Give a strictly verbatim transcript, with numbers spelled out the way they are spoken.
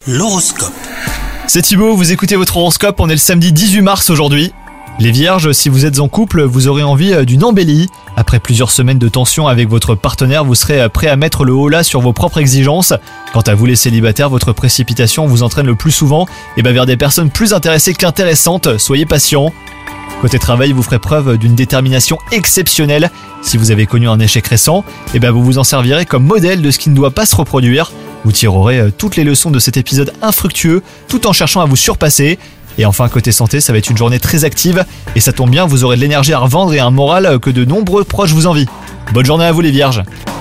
L'horoscope. C'est Thibaut, vous écoutez votre horoscope, on est le samedi dix-huit mars aujourd'hui. Les vierges, si vous êtes en couple, vous aurez envie d'une embellie. Après plusieurs semaines de tension avec votre partenaire, vous serez prêt à mettre le holà sur vos propres exigences. Quant à vous les célibataires, votre précipitation vous entraîne le plus souvent et ben vers des personnes plus intéressées qu'intéressantes, soyez patients. Côté travail, vous ferez preuve d'une détermination exceptionnelle. Si vous avez connu un échec récent, et ben vous vous en servirez comme modèle de ce qui ne doit pas se reproduire. Vous tirerez toutes les leçons de cet épisode infructueux tout en cherchant à vous surpasser. Et enfin, côté santé, ça va être une journée très active et ça tombe bien, vous aurez de l'énergie à revendre et un moral que de nombreux proches vous envient. Bonne journée à vous les vierges.